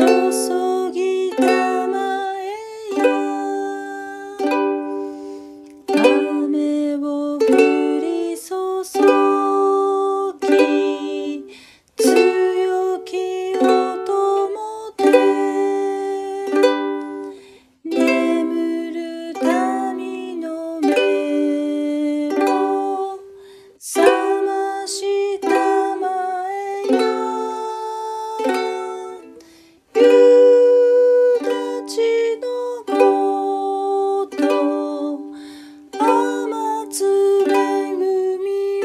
注ぎたまえや雨を降り注ぎ強き音もて眠る民の目を覚ましたまえや夕立のごと雨つ恵み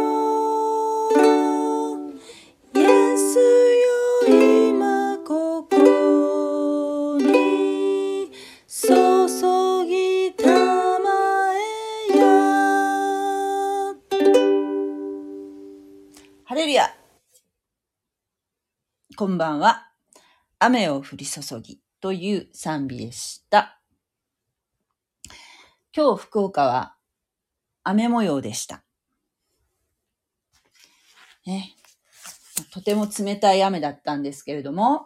をイエスよ今ここに注ぎたまえや。ハレルヤ。こんばんは。雨を降り注ぎという賛美でした。今日福岡は雨模様でした。ね、とても冷たい雨だったんですけれども、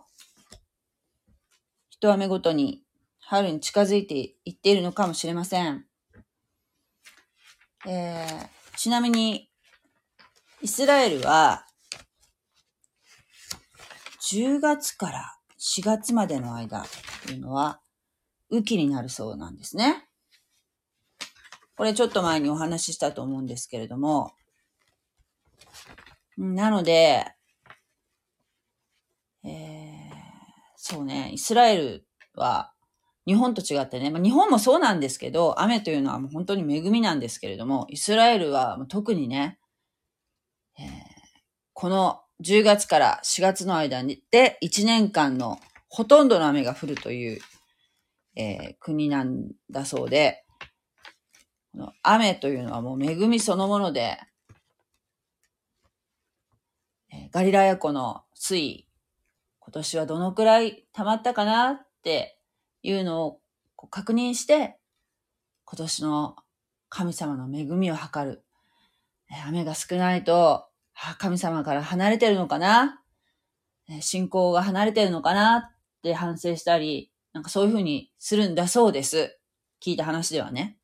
一雨ごとに春に近づいていっているのかもしれません。ちなみにイスラエルは10月から4月までの間というのは雨季になるそうなんですね。これちょっと前にお話ししたと思うんですけれども、なので、そうね、イスラエルは日本と違ってね、日本もそうなんですけど、雨というのはもう本当に恵みなんですけれども、イスラエルは特にね、この10月から4月の間で1年間のほとんどの雨が降るという、国なんだそうで、この雨というのはもう恵みそのもので、ガリラヤ湖の水位、今年はどのくらい溜まったかなっていうのを確認して、今年の神様の恵みを測る。雨が少ないと、神様から離れてるのかな、信仰が離れてるのかなって反省したり、なんかそういうふうにするんだそうです。聞いた話ではね。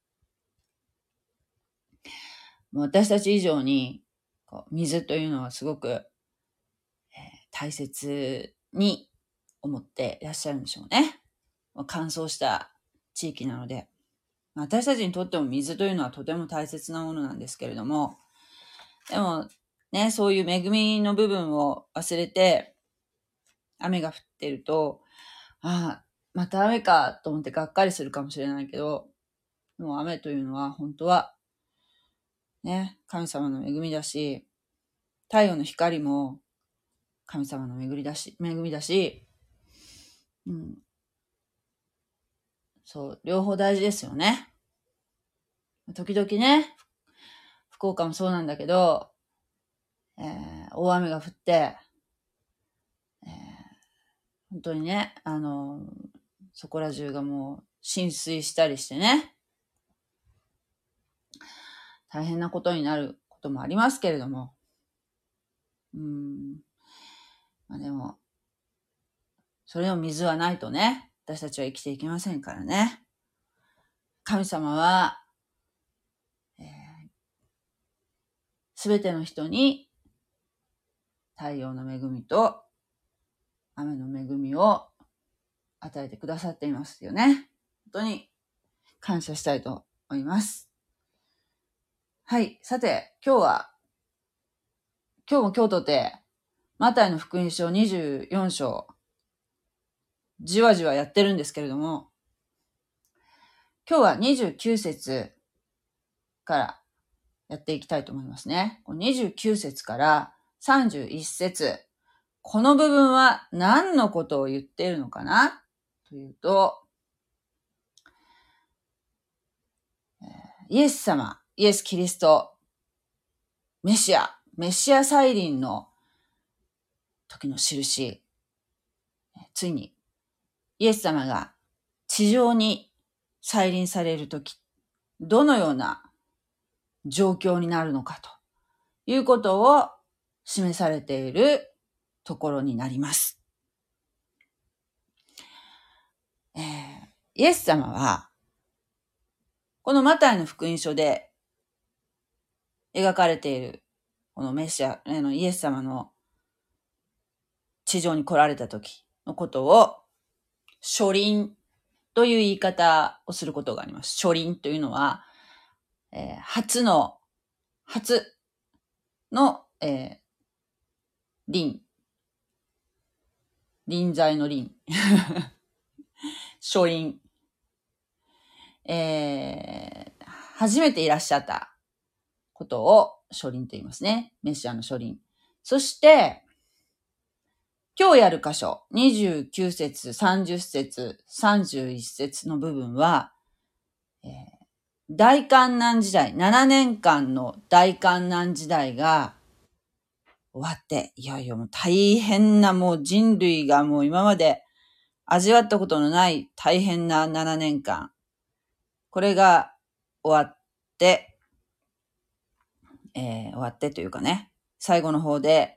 私たち以上に水というのはすごく、大切に思っていらっしゃるんでしょうね。乾燥した地域なので、私たちにとっても水というのはとても大切なものなんですけれども、でもね、そういう恵みの部分を忘れて雨が降っていると、また雨かと思ってがっかりするかもしれないけど、もう雨というのは本当はね、神様の恵みだし、太陽の光も神様の恵みだし、そう、両方大事ですよね。時々ね、福岡もそうなんだけど、大雨が降って、本当にね、そこら中がもう浸水したりしてね、大変なことになることもありますけれども、でも、それの水はないとね、私たちは生きていけませんからね。神様は、すべての人に太陽の恵みと雨の恵みを与えてくださっていますよね。本当に感謝したいと思います。はい。さて、今日も今日とて、マタイの福音書24章、じわじわやってるんですけれども、今日は29節からやっていきたいと思いますね。29節から31節、この部分は何のことを言っているのかなというと、イエスキリスト、メシア再臨の時の印、ついにイエス様が地上に再臨される時、どのような状況になるのかということを示されているところになります。 イエス様は、このマタイの福音書で描かれている、このメシア、イエス様の地上に来られた時のことを、初臨という言い方をすることがあります。初臨というのは、初の臨在の臨。初臨。初めていらっしゃったことを初臨と言いますね。メシアの初臨。そして、今日やる箇所、29節、30節、31節の部分は、大観難時代、7年間の大観難時代が終わって、いよいよもう大変なもう人類がもう今まで味わったことのない大変な7年間。これが終わって、終わってというかね、最後の方で、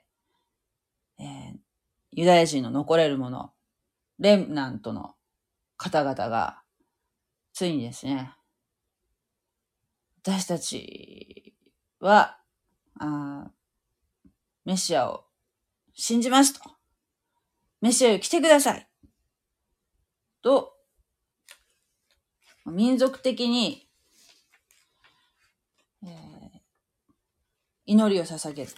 ユダヤ人の残れるもの、レムナントの方々が、ついにですね、私たちは、メシアを信じますと。メシアよ来てください。と、民族的に、祈りを捧げる。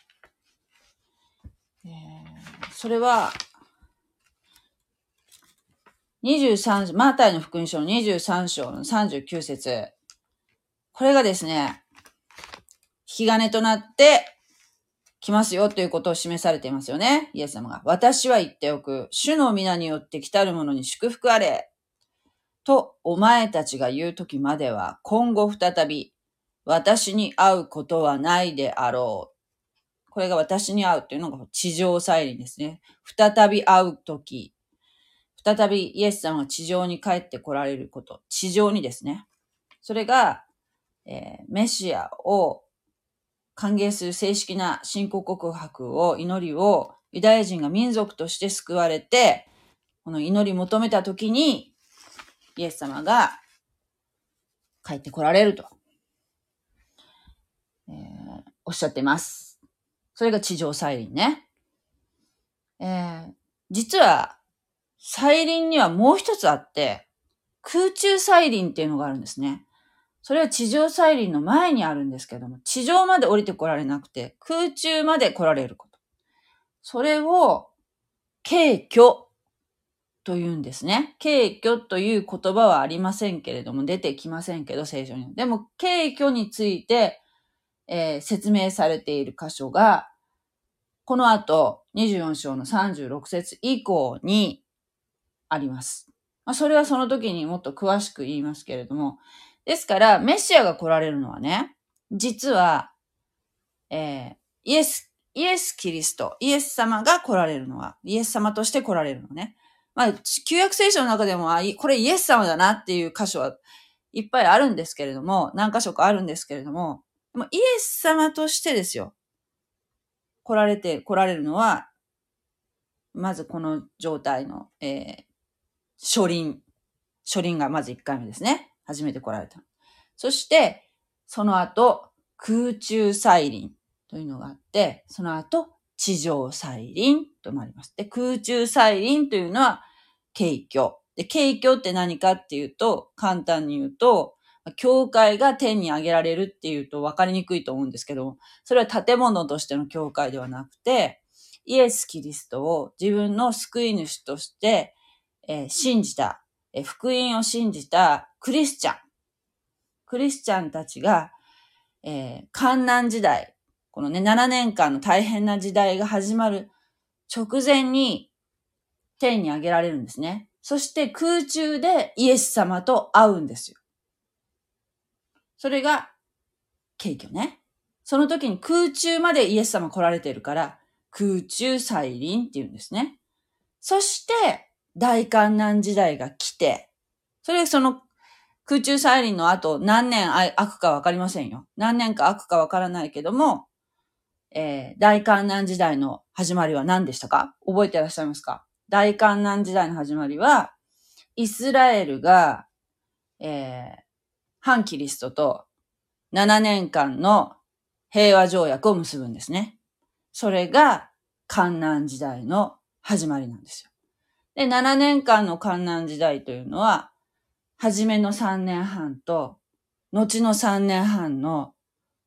それは、マタイの福音書の23章の39節。これがですね、引き金となって来ますよということを示されていますよね。イエス様が。私は言っておく。主の皆によって来たる者に祝福あれ。とお前たちが言うときまでは今後再び私に会うことはないであろう。これが私に会うというのが地上再臨ですね。再び会うとき。再びイエス様が地上に帰って来られること。地上にですね。それが、メシアを歓迎する正式な信仰告白を、祈りをユダヤ人が民族として救われて、この祈り求めたときに、イエス様が帰って来られると、おっしゃっています。それが地上再臨ね。実は、再臨にはもう一つあって、空中再臨っていうのがあるんですね。それは地上再臨の前にあるんですけども、地上まで降りてこられなくて、空中まで来られること。それを、軽挙というんですね。軽挙という言葉はありませんけれども、出てきませんけど、聖書に。でも、軽挙について、説明されている箇所が、この後、24章の36節以降にあります。それはその時にもっと詳しく言いますけれども、ですから、メシアが来られるのはね、実は、イエスキリスト、イエス様が来られるのは、イエス様として来られるのね。旧約聖書の中でも、これイエス様だなっていう箇所はいっぱいあるんですけれども、何箇所かあるんですけれども、でもイエス様としてですよ。来られるのは、まずこの状態の、初臨がまず1回目ですね。初めて来られた。そして、その後、空中再臨というのがあって、その後、地上再臨ともあります。で、空中再臨というのは、軽挙。で、軽挙って何かっていうと、簡単に言うと、教会が天に上げられるっていうと分かりにくいと思うんですけど、それは建物としての教会ではなくて、イエス・キリストを自分の救い主として、信じた、福音を信じたクリスチャンたちが、患難時代、このね、7年間の大変な時代が始まる直前に天に上げられるんですね。そして空中でイエス様と会うんですよ。それが軽挙ね。その時に空中までイエス様来られているから空中再臨って言うんですね。そして大観難時代が来て、それその空中再臨の後何年空くかわかりませんよ。何年か空くかわからないけども、大観難時代の始まりは何でしたか？覚えていらっしゃいますか？大観難時代の始まりは、 イスラエルが、反キリストと7年間の平和条約を結ぶんですね。それが患難時代の始まりなんですよ。で、7年間の患難時代というのは、初めの3年半と、後の3年半の、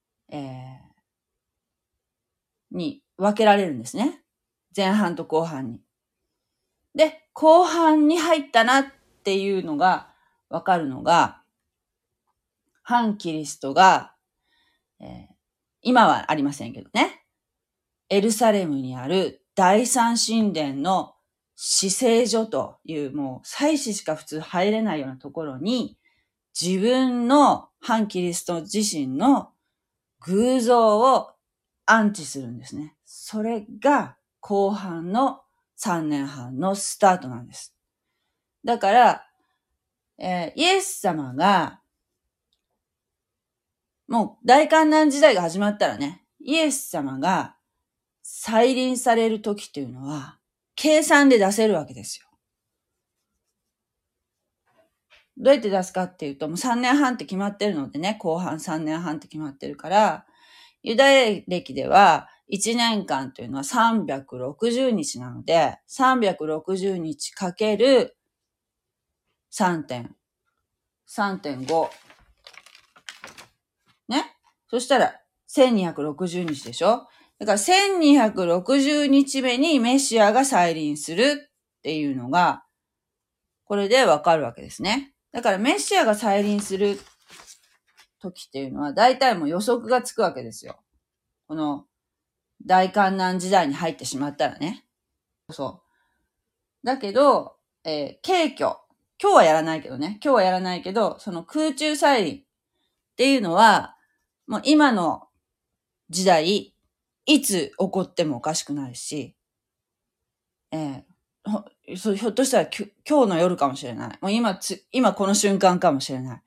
に分けられるんですね。前半と後半に。で、後半に入ったなっていうのが分かるのが、反キリストが、今はありませんけどね、エルサレムにある第三神殿の至聖所というもう祭司しか普通入れないようなところに自分の反キリスト自身の偶像を安置するんですね。それが後半の3年半のスタートなんです。だから、イエス様がもう大観難時代が始まったらね、イエス様が再臨される時っていうのは計算で出せるわけですよ。どうやって出すかっていうと、もう3年半って決まってるのでね、後半3年半って決まってるから、ユダヤ歴では1年間というのは360日なので、360日かける 3.5。ね。そしたら1260日でしょ。だから1260日目にメシアが再臨するっていうのが、これでわかるわけですね。だからメシアが再臨する時っていうのは大体もう予測がつくわけですよ。この大観難時代に入ってしまったらね。そう。だけど、軽挙。今日はやらないけどね。今日はやらないけど、その空中再臨っていうのは、もう今の時代、いつ起こってもおかしくないし、ひょっとしたら今日の夜かもしれない。もう今この瞬間かもしれない。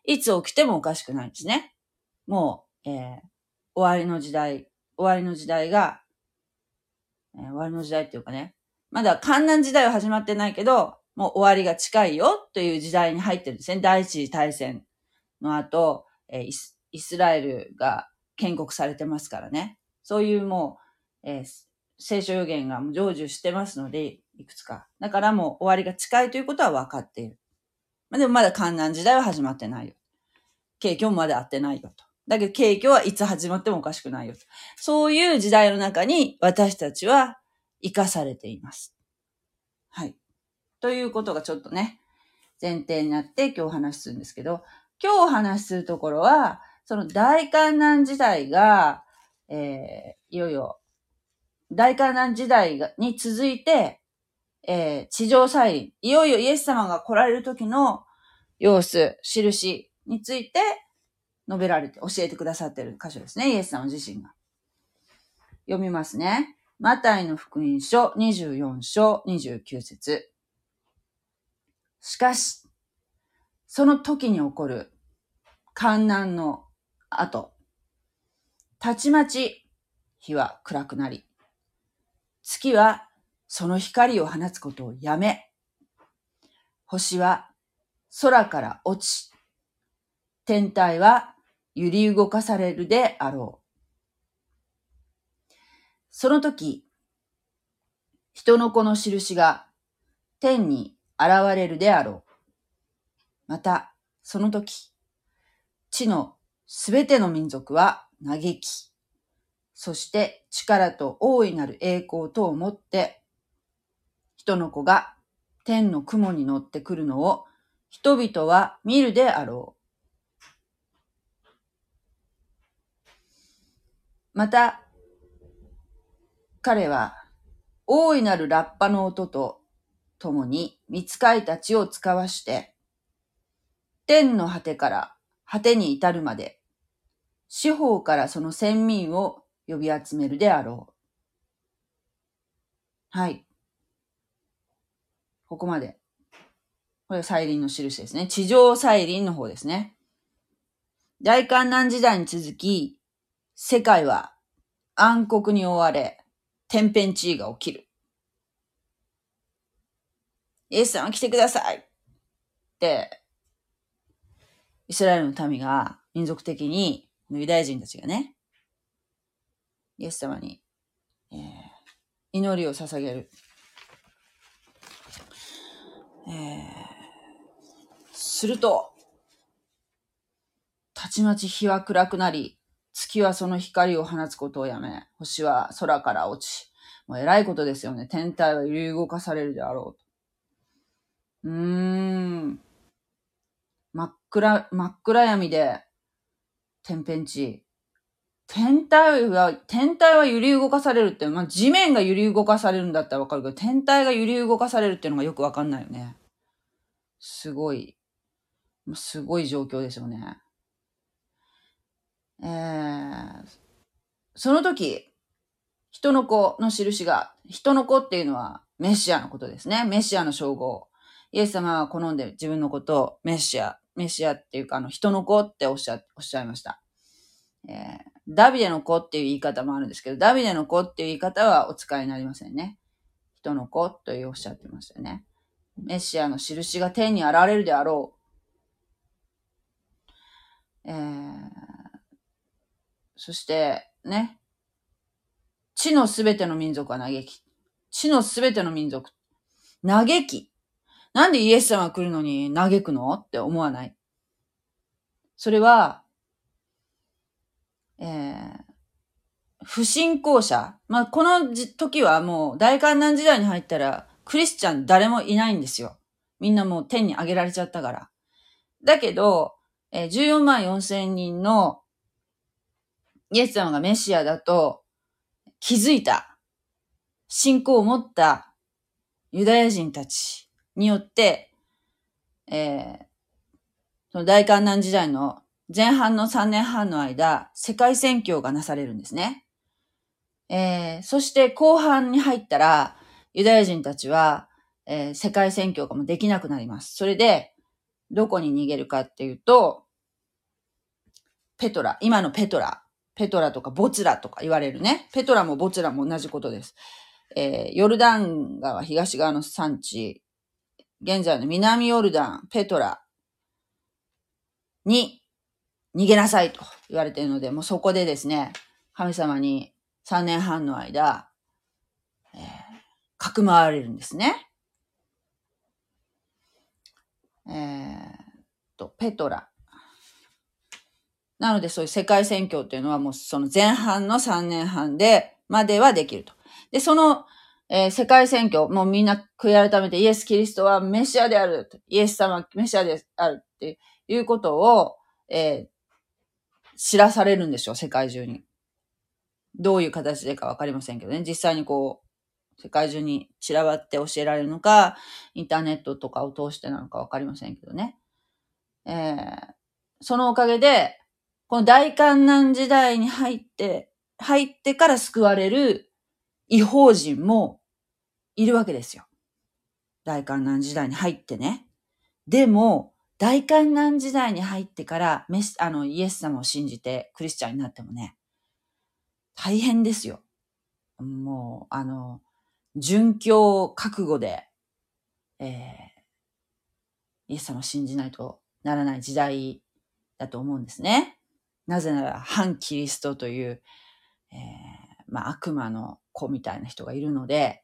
いつ起きてもおかしくないんですね。もう、終わりの時代が、終わりの時代っていうかね、まだ観難時代は始まってないけど、もう終わりが近いよという時代に入ってるんですね。第一次大戦の後、イスラエルが建国されてますからね。そういうもう、聖書予言が成就してますので、いくつか。だからもう終わりが近いということは分かっている。でもまだ観難時代は始まってないよ。景況もまだ会ってないよと。だけど景況はいつ始まってもおかしくないよと。そういう時代の中に私たちは生かされています。はい。ということがちょっとね、前提になって今日お話しするんですけど、今日お話しするところは、その大観難時代が、いよいよ大観難時代に続いて、地上再臨、いよいよイエス様が来られる時の様子、印について述べられて、教えてくださっている箇所ですね。イエス様自身が。読みますね。マタイの福音書24章29節。しかし、その時に起こる患難の後、たちまち日は暗くなり、月はその光を放つことをやめ、星は空から落ち、天体は揺り動かされるであろう。その時、人の子の印が天に現れるであろう。また、その時、地のすべての民族は嘆き、そして力と大いなる栄光とをもって、人の子が天の雲に乗ってくるのを人々は見るであろう。また、彼は大いなるラッパの音とともに御使いたちを使わして、天の果てから果てに至るまで、四方からその先民を呼び集めるであろう。はい。ここまで。これは再臨の印ですね。地上再臨の方ですね。大観難時代に続き、世界は暗黒に覆われ、天変地異が起きる。イエス様来てください。 で、イスラエルの民が民族的に、ユダヤ人たちがね、イエス様に、祈りを捧げる。すると、たちまち日は暗くなり、月はその光を放つことをやめ、星は空から落ち、もう偉いことですよね。天体は揺り動かされるであろうと。真っ暗闇で、天変地。天体は揺り動かされるって、地面が揺り動かされるんだったらわかるけど、天体が揺り動かされるっていうのがよくわかんないよね。すごい状況ですよね。その時、人の子の印が、人の子っていうのはメシアのことですね。メシアの称号。イエス様は好んで自分のことをメシアっていうか人の子っておっしゃいました。ダビデの子っていう言い方もあるんですけど、ダビデの子っていう言い方はお使いになりませんね。人の子というおっしゃってましたね。メシアの印が天に現れるであろう。そしてね、地のすべての民族は嘆き。地のすべての民族。嘆き。なんでイエス様が来るのに嘆くのって思わない。それは、不信仰者。この時はもう大観難時代に入ったらクリスチャン誰もいないんですよ。みんなもう天に上げられちゃったから。だけど、14万4千人のイエス様がメシアだと気づいた、信仰を持ったユダヤ人たちによって、その大観難時代の前半の3年半の間、世界宣教がなされるんですね。そして後半に入ったら、ユダヤ人たちは、世界宣教がもうできなくなります。それで、どこに逃げるかっていうと、今のペトラとかボツラとか言われるね。ペトラもボツラも同じことです。ヨルダン川東側の産地、現在の南ヨルダン、ペトラに逃げなさいと言われているので、もうそこでですね、神様に3年半の間、かくまわれるんですね。ペトラ。なのでそういう世界宣教っていうのはもうその前半の3年半まではできると。で、その、世界宣教、もうみんな悔い改めてイエス・キリストはメシアである。イエス様はメシアであるっていうことを、知らされるんでしょう、世界中に。どういう形でかわかりませんけどね。実際に世界中に散らばって教えられるのか、インターネットとかを通してなのかわかりませんけどね。そのおかげで、この大観難時代に入ってから救われる異邦人もいるわけですよ。大観難時代に入ってね。でも、大観難時代に入ってからイエス様を信じてクリスチャンになってもね、大変ですよ。もう、殉教覚悟で、イエス様を信じないとならない時代だと思うんですね。なぜなら、反キリストという、悪魔の子みたいな人がいるので、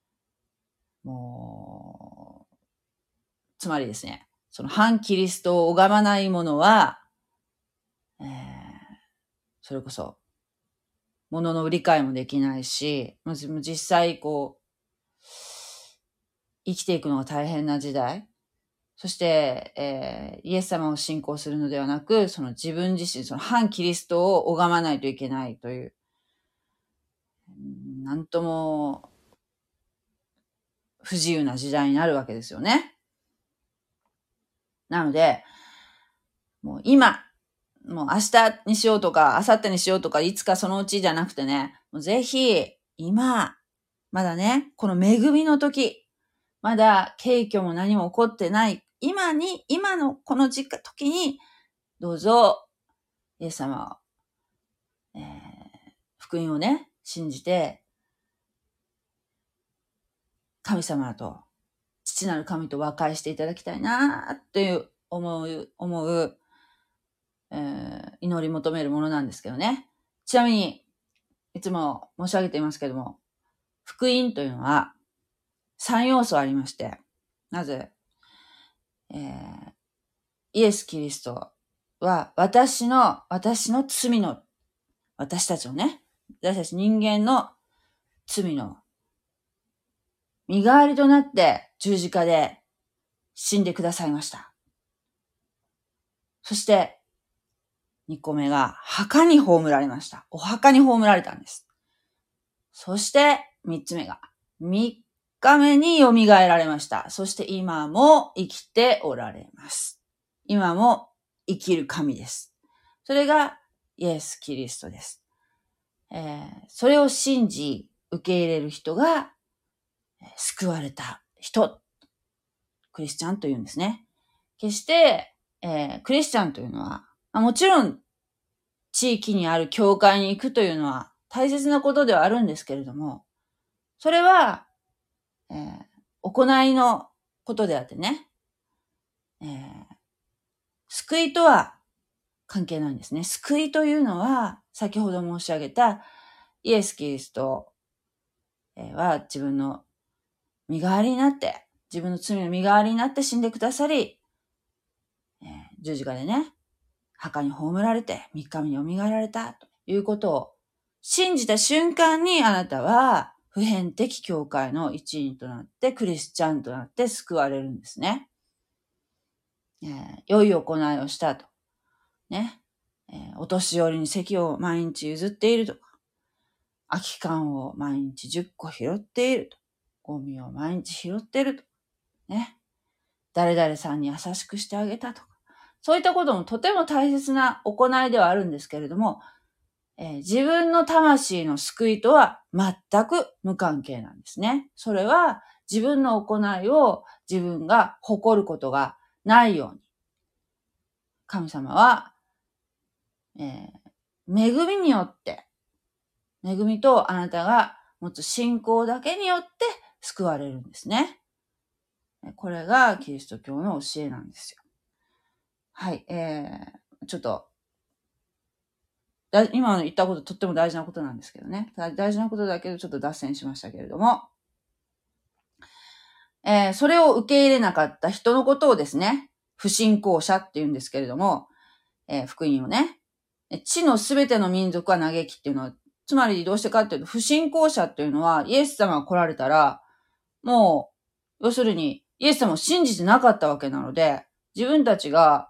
もう、つまりですね、その反キリストを拝まない者は、それこそ、物の理解もできないし、実際生きていくのが大変な時代。そして、イエス様を信仰するのではなく、その自分自身、その反キリストを拝まないといけないという、なんとも不自由な時代になるわけですよね。なので、もう今、もう明日にしようとか、明後日にしようとか、いつかそのうちじゃなくてね、もうぜひ、今、まだね、この恵みの時、まだ景挙も何も起こってない、今のこの時に、どうぞ、イエス様を、福音をね、信じて、神様と父なる神と和解していただきたいなという思う、祈り求めるものなんですけどね。ちなみに、いつも申し上げていますけども、福音というのは3要素ありまして、まず、イエス・キリストは私の罪の、私たちのね、私たち人間の罪の身代わりとなって十字架で死んでくださいました。そして、2個目が墓に葬られました。お墓に葬られたんです。そして3つ目が3日目に蘇られました。そして今も生きておられます。今も生きる神です。それがイエス・キリストです。それを信じ受け入れる人が救われた人、クリスチャンというんですね。決して、クリスチャンというのは、もちろん地域にある教会に行くというのは大切なことではあるんですけれども、それは、行いのことであってね、救いとは関係ないんですね。救いというのは、先ほど申し上げたイエス・キリストは自分の身代わりになって、自分の罪の身代わりになって死んでくださり、十字架でね、墓に葬られて3日目に蘇られたということを信じた瞬間にあなたは普遍的教会の一員となってクリスチャンとなって救われるんですね。良い行いをしたと。ね。お年寄りに席を毎日譲っているとか、空き缶を毎日10個拾っていると。ゴミを毎日拾っていると。ね。誰々さんに優しくしてあげたとか。そういったこともとても大切な行いではあるんですけれども、自分の魂の救いとは全く無関係なんですね。それは自分の行いを自分が誇ることがないように、神様は、恵みによって、恵みとあなたが持つ信仰だけによって救われるんですね。これがキリスト教の教えなんですよ。はい、ちょっと、今の言ったこととっても大事なことなんですけどね。大事なことだけどちょっと脱線しましたけれども、それを受け入れなかった人のことをですね、不信仰者って言うんですけれども、福音をね、地のすべての民族は嘆きっていうのは、つまりどうしてかっていうと、不信仰者っていうのは、イエス様が来られたら、もう、要するに、イエス様を信じてなかったわけなので、自分たちが、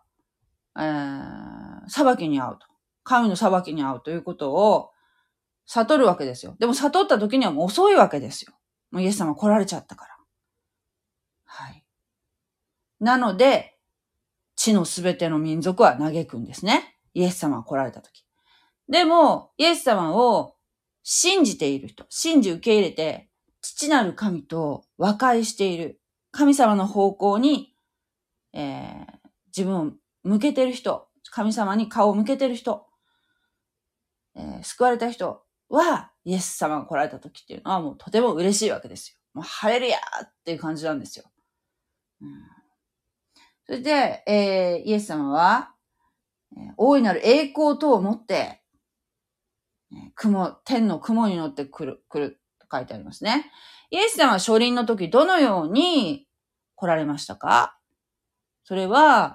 裁きに遭うと。神の裁きに遭うということを悟るわけですよ。でも悟った時にはもう遅いわけですよ。もうイエス様来られちゃったから。はい。なので、地のすべての民族は嘆くんですね。イエス様が来られた時。でも、イエス様を信じている人、信じ受け入れて、父なる神と和解している、神様の方向に、自分を向けてる人、神様に顔を向けてる人、救われた人は、イエス様が来られた時っていうのはもうとても嬉しいわけですよ。もうハレルヤーっていう感じなんですよ。それで、イエス様は、大いなる栄光とをもって、天の雲に乗って来ると書いてありますね。イエス様は初臨の時どのように来られましたか？それは、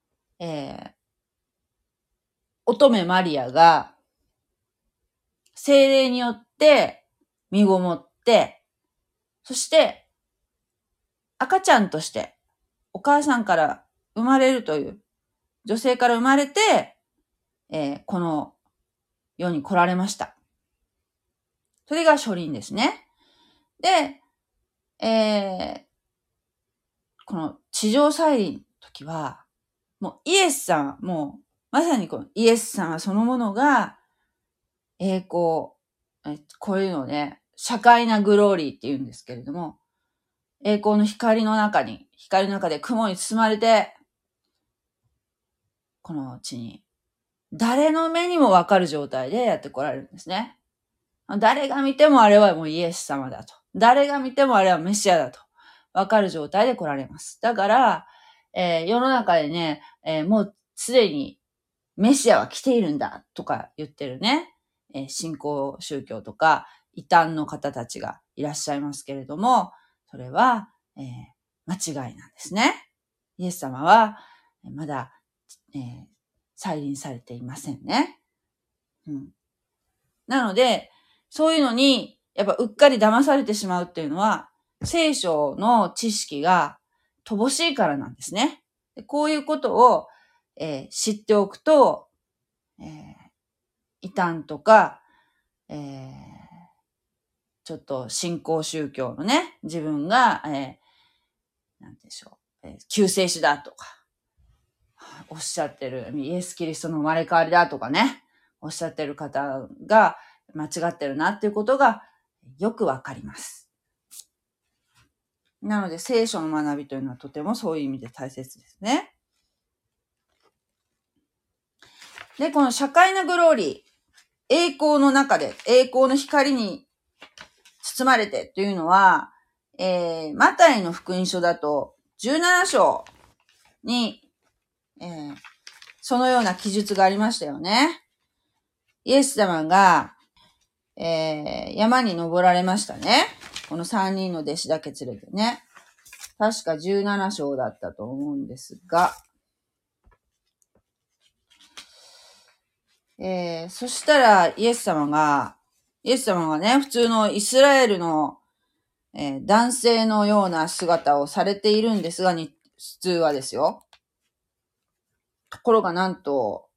乙女マリアが聖霊によって身ごもって、そして赤ちゃんとしてお母さんから生まれるという、女性から生まれて、この世に来られました。それが初臨ですね。で、この地上再臨の時は、もうイエス様、もうまさにこのイエス様そのものが栄光、こういうのをね、社会なグローリーって言うんですけれども、栄光の光の中で雲に包まれて、この地に誰の目にもわかる状態でやって来られるんですね。誰が見てもあれはもうイエス様だと。誰が見てもあれはメシアだと。 わかる状態で来られます。だから、世の中でね、もうすでにメシアは来ているんだとか言ってるね、新興宗教とか異端の方たちがいらっしゃいますけれども、それは、間違いなんですね。イエス様はまだ、再臨されていませんね。なので、そういうのに、やっぱうっかり騙されてしまうっていうのは、聖書の知識が乏しいからなんですね。こういうことを、知っておくと、異端とか、ちょっと新興宗教のね、自分が、なんでしょう、救世主だとか、おっしゃってる、イエス・キリストの生まれ変わりだとかね、おっしゃってる方が間違ってるなっていうことがよくわかります。なので聖書の学びというのはとてもそういう意味で大切ですね。で、この社会のグローリー、栄光の中で、栄光の光に包まれてというのは、マタイの福音書だと17章に、そのような記述がありましたよね。イエス様が、山に登られましたね。この3人の弟子だけ連れてね。確か17章だったと思うんですが、そしたらイエス様がね、普通のイスラエルの、男性のような姿をされているんですが、普通はですよ。ところがなんと、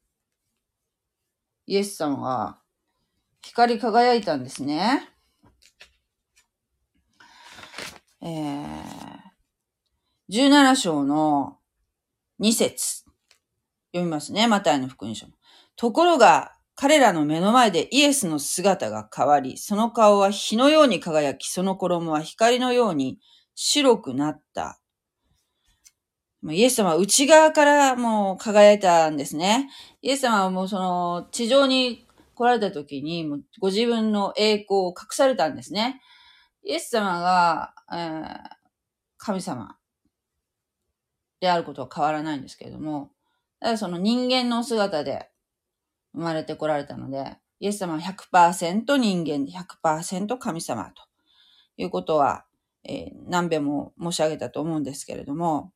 イエス様が光り輝いたんですね。17章の2節読みますね。マタイの福音書。ところが、彼らの目の前でイエスの姿が変わり、その顔は火のように輝き、その衣は光のように白くなった。イエス様は内側からもう輝いたんですね。イエス様はもうその地上に来られた時にご自分の栄光を隠されたんですね。イエス様が、神様であることは変わらないんですけれども、ただその人間の姿で生まれてこられたので、イエス様は 100% 人間で 100% 神様ということは、何べんも申し上げたと思うんですけれども、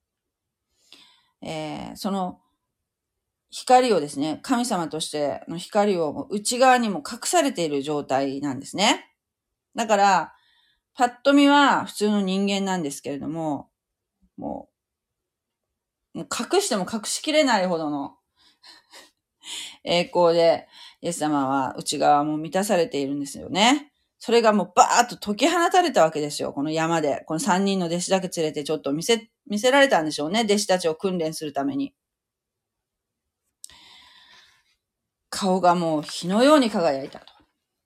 その光をですね、神様としての光を内側にも隠されている状態なんですね。だから、パッと見は普通の人間なんですけれども、もう隠しても隠しきれないほどの栄光で、イエス様は内側も満たされているんですよね。それがもうバーッと解き放たれたわけですよ。この山で。この3人の弟子だけ連れてちょっと見せられたんでしょうね。弟子たちを訓練するために。顔がもう火のように輝いたと。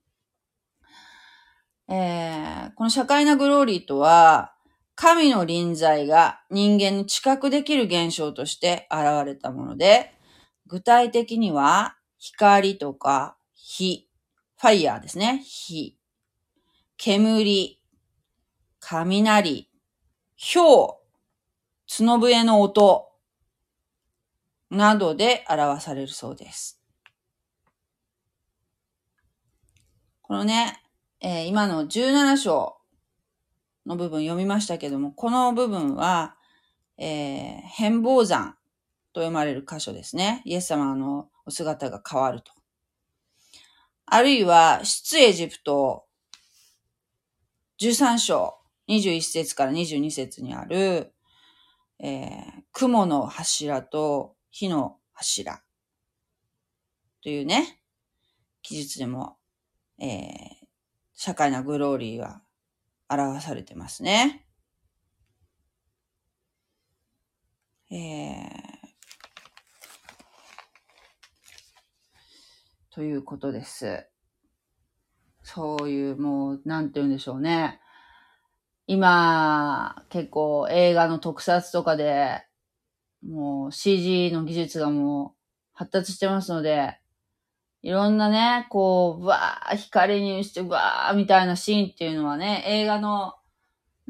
この社会なグローリーとは、神の臨在が人間の知覚できる現象として現れたもので、具体的には光とか火、ファイヤーですね。火、煙、雷、雹、角笛の音などで表されるそうです。このね、今の17章の部分読みましたけども、この部分は、変貌山と読まれる箇所ですね。イエス様のお姿が変わると。あるいは、出エジプト13章21節から22節にある、雲の柱と火の柱というね、記述でも、社会なグローリーが表されてますね。ということです。そういうもう、なんて言うんでしょうね。今、結構映画の特撮とかで、もう CG の技術がもう発達してますので、いろんなね、こう、わー、光にしてわーみたいなシーンっていうのはね、映画の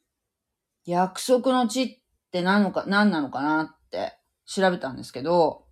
約束の地って何なのかなって調べたんですけど、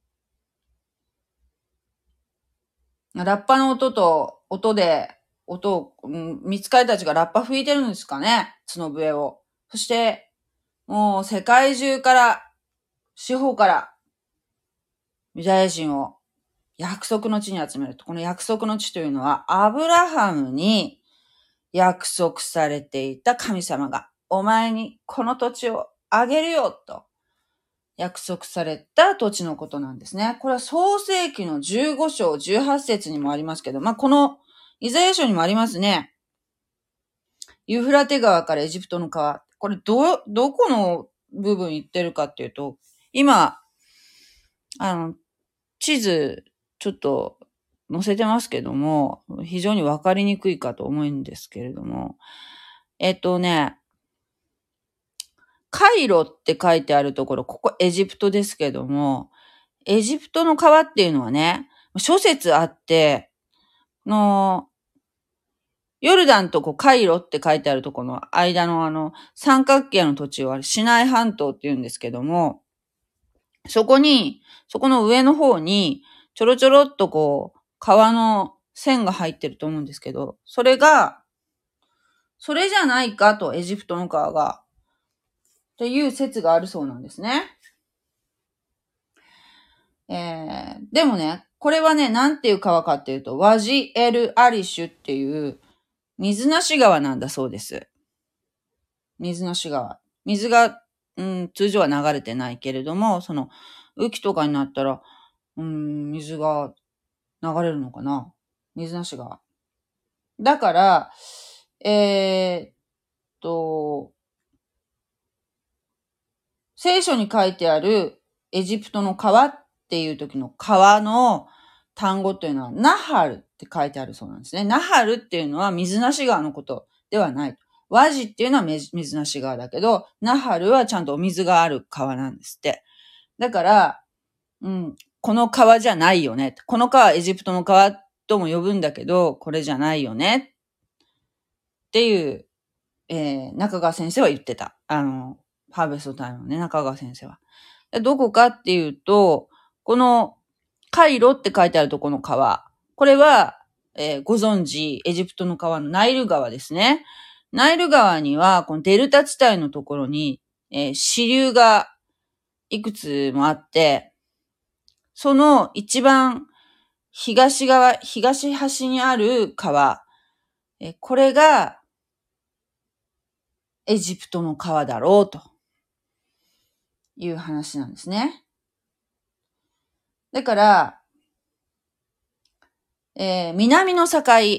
ラッパの音を、見つかりたちがラッパ吹いてるんですかね、角笛を。そして、もう世界中から、四方から、ユダヤ人を約束の地に集めると。この約束の地というのは、アブラハムに約束されていた神様が、お前にこの土地をあげるよと約束された土地のことなんですね。これは創世記の15章18節にもありますけど、このイザヤ書にもありますね。ユーフラテ川からエジプトの川。これどこの部分言ってるかっていうと、今、地図ちょっと載せてますけども、非常にわかりにくいかと思うんですけれども、カイロって書いてあるところ、ここエジプトですけども、エジプトの川っていうのはね、諸説あって、ヨルダンとカイロって書いてあるところの間の三角形の土地をシナイ半島って言うんですけども、そこの上の方にちょろちょろっと川の線が入ってると思うんですけど、それじゃないかと、エジプトの川が、っていう説があるそうなんですね。でもね、これはね、なんていう川かっていうと、ワジエル・アリシュっていう水無し川なんだそうです。水無し川。水が、通常は流れてないけれども、雨季とかになったら、水が流れるのかな？水無し川。だから、聖書に書いてあるエジプトの川っていう時の川の単語というのはナハルって書いてあるそうなんですね。ナハルっていうのは水無し川のことではない。ワジっていうのは水無し川だけど、ナハルはちゃんとお水がある川なんですって。だから、この川じゃないよね。この川はエジプトの川とも呼ぶんだけど、これじゃないよね。っていう、中川先生は言ってた。ハーベストタイムのね、中川先生は。どこかっていうと、このカイロって書いてあるとこの川。これは、ご存知、エジプトの川のナイル川ですね。ナイル川には、このデルタ地帯のところに、支流がいくつもあって、その一番東端にある川、これがエジプトの川だろうという話なんですね。だから、南の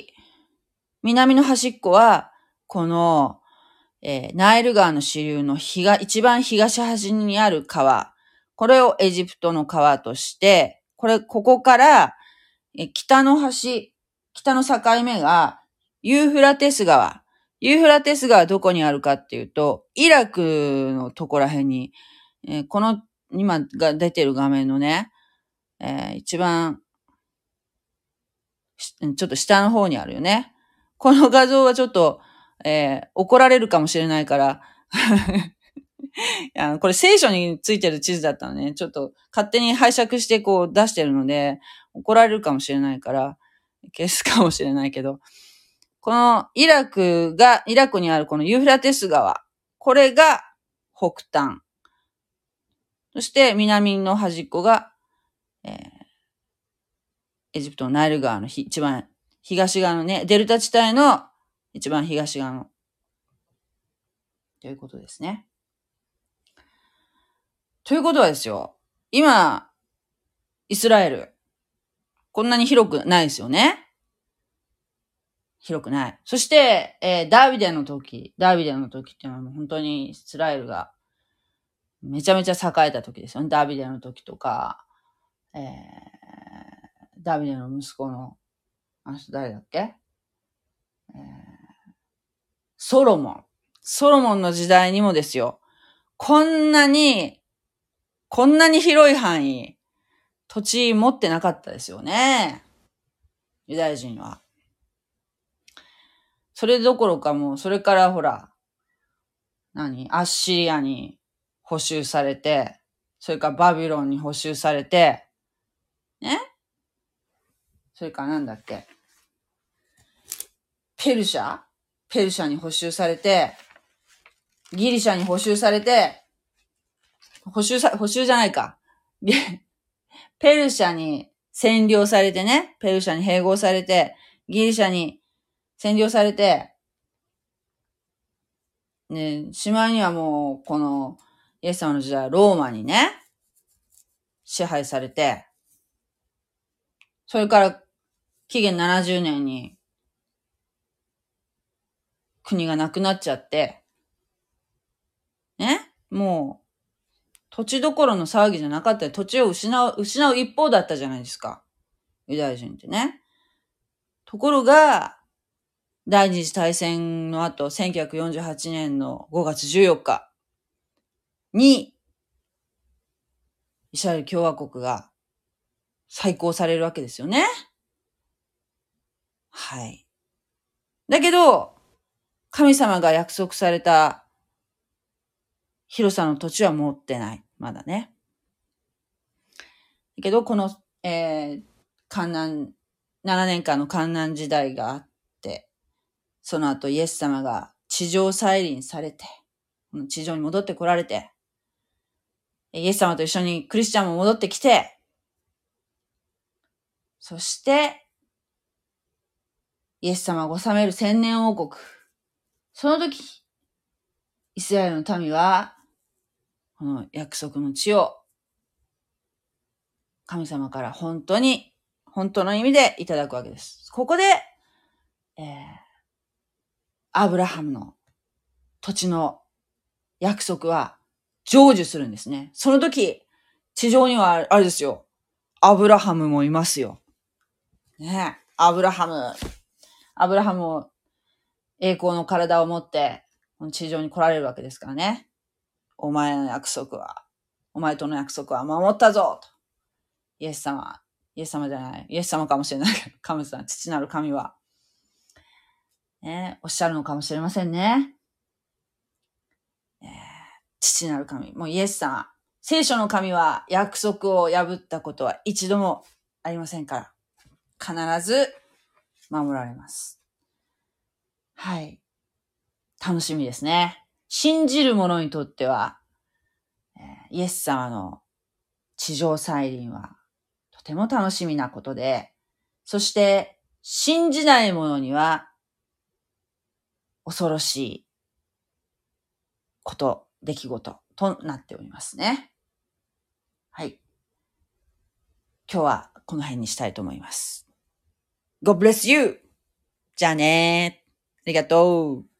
端っこは、この、ナイル川の支流の一番東端にある川、これをエジプトの川として、ここから、北の境目が、ユーフラテス川。ユーフラテス川はどこにあるかっていうと、イラクのとこら辺に、この、今が出てる画面のね、一番、ちょっと下の方にあるよね。この画像はちょっと、怒られるかもしれないからこれ聖書についてる地図だったのね。ちょっと勝手に拝借して出してるので、怒られるかもしれないから、消すかもしれないけど、このイラクにあるこのユーフラテス川、これが北端。そして南の端っこが、エジプトのナイル川の一番東側のね、デルタ地帯の一番東側の、ということですね。ということはですよ、今、イスラエル、こんなに広くないですよね。広くない。そして、ダービデの時っていうのはもう本当にイスラエルがめちゃめちゃ栄えた時ですよね。ダービデの時とか、ダービデの息子の、あの人誰だっけ、ソロモンの時代にもですよ。こんなに広い範囲、土地持ってなかったですよね。ユダヤ人は。それどころかもう、それからほら、 アッシリアに捕囚されて、それからバビロンに捕囚されて、ね。それからなんだっけ。ペルシャに捕囚されて、ギリシャに捕囚されて、捕囚じゃないか。ペルシャに占領されてね、ペルシャに併合されて、ギリシャに占領されて、ね、しまいにはもう、この、イエス様の時代はローマにね、支配されて、それから紀元70年に国がなくなっちゃって、ね、もう、土地どころの騒ぎじゃなかったり、土地を失う一方だったじゃないですか。ユダヤ人ってね。ところが、第二次大戦の後、1948年の5月14日に、イスラエル共和国が再興されるわけですよね。はい。だけど、神様が約束された広さの土地は持ってない。まだね。だけど、この、7年間の観難時代があって、その後イエス様が地上再臨されて、地上に戻ってこられて、イエス様と一緒にクリスチャンも戻ってきて、そして、イエス様が治める千年王国。その時、イスラエルの民は、この約束の地を、神様から本当の意味でいただくわけです。ここで、アブラハムの土地の約束は成就するんですね。その時、地上にはあれですよ。アブラハムもいますよ。ねえ、アブラハムも栄光の体を持って、地上に来られるわけですからね。お前との約束は守ったぞと。イエス様かもしれないけど、神様、父なる神は、ね、おっしゃるのかもしれませんね。父なる神、もうイエス様、聖書の神は約束を破ったことは一度もありませんから、必ず守られます。はい。楽しみですね。信じる者にとっては、イエス様の地上再臨はとても楽しみなことで、そして信じない者には恐ろしい出来事となっておりますね。はい。今日はこの辺にしたいと思います。God bless you! じゃあね。ありがとう。